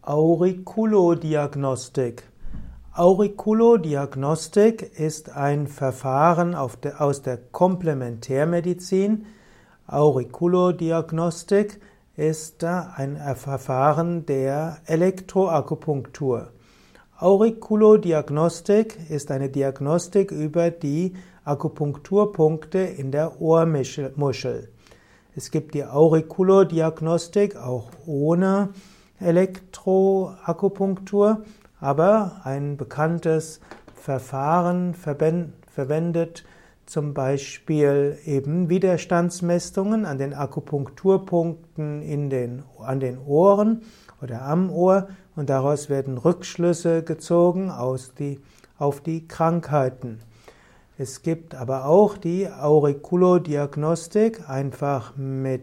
Auriculodiagnostik. Auriculodiagnostik ist ein Verfahren aus der Komplementärmedizin. Auriculodiagnostik ist ein Verfahren der Elektroakupunktur. Auriculodiagnostik ist eine Diagnostik über die Akupunkturpunkte in der Ohrmuschel. Es gibt die Auriculodiagnostik auch ohne Elektroakupunktur, aber ein bekanntes Verfahren verwendet zum Beispiel eben Widerstandsmessungen an den Akupunkturpunkten an den Ohren oder am Ohr, und daraus werden Rückschlüsse gezogen auf die Krankheiten. Es gibt aber auch die Auriculodiagnostik einfach mit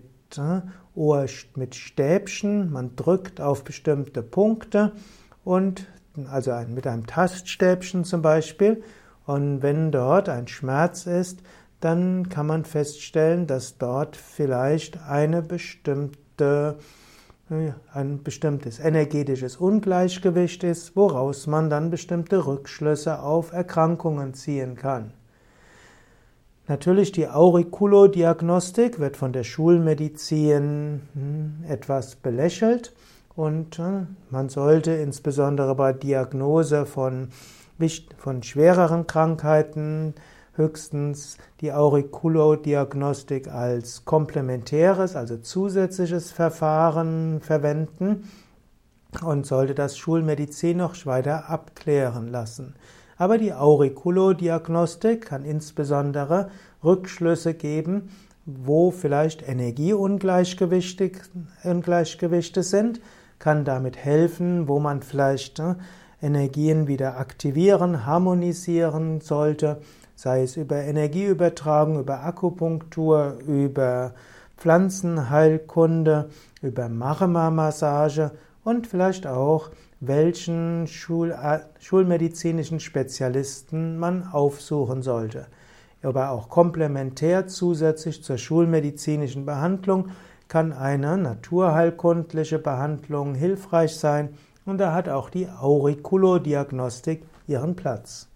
Stäbchen. Man drückt auf bestimmte Punkte mit einem Taststäbchen zum Beispiel. Und wenn dort ein Schmerz ist, dann kann man feststellen, dass dort vielleicht ein bestimmtes energetisches Ungleichgewicht ist, woraus man dann bestimmte Rückschlüsse auf Erkrankungen ziehen kann. Natürlich, die Auriculodiagnostik wird von der Schulmedizin etwas belächelt, und man sollte insbesondere bei Diagnose von schwereren Krankheiten höchstens die Auriculodiagnostik als komplementäres, also zusätzliches Verfahren verwenden und sollte das Schulmedizin noch weiter abklären lassen. Aber die Auriculodiagnostik kann insbesondere Rückschlüsse geben, wo vielleicht Energieungleichgewichte sind, kann damit helfen, wo man vielleicht Energien wieder aktivieren, harmonisieren sollte, sei es über Energieübertragung, über Akupunktur, über Pflanzenheilkunde, über Marma-Massage und vielleicht auch, welchen schulmedizinischen Spezialisten man aufsuchen sollte. Aber auch komplementär zusätzlich zur schulmedizinischen Behandlung kann eine naturheilkundliche Behandlung hilfreich sein, und da hat auch die Auriculodiagnostik ihren Platz.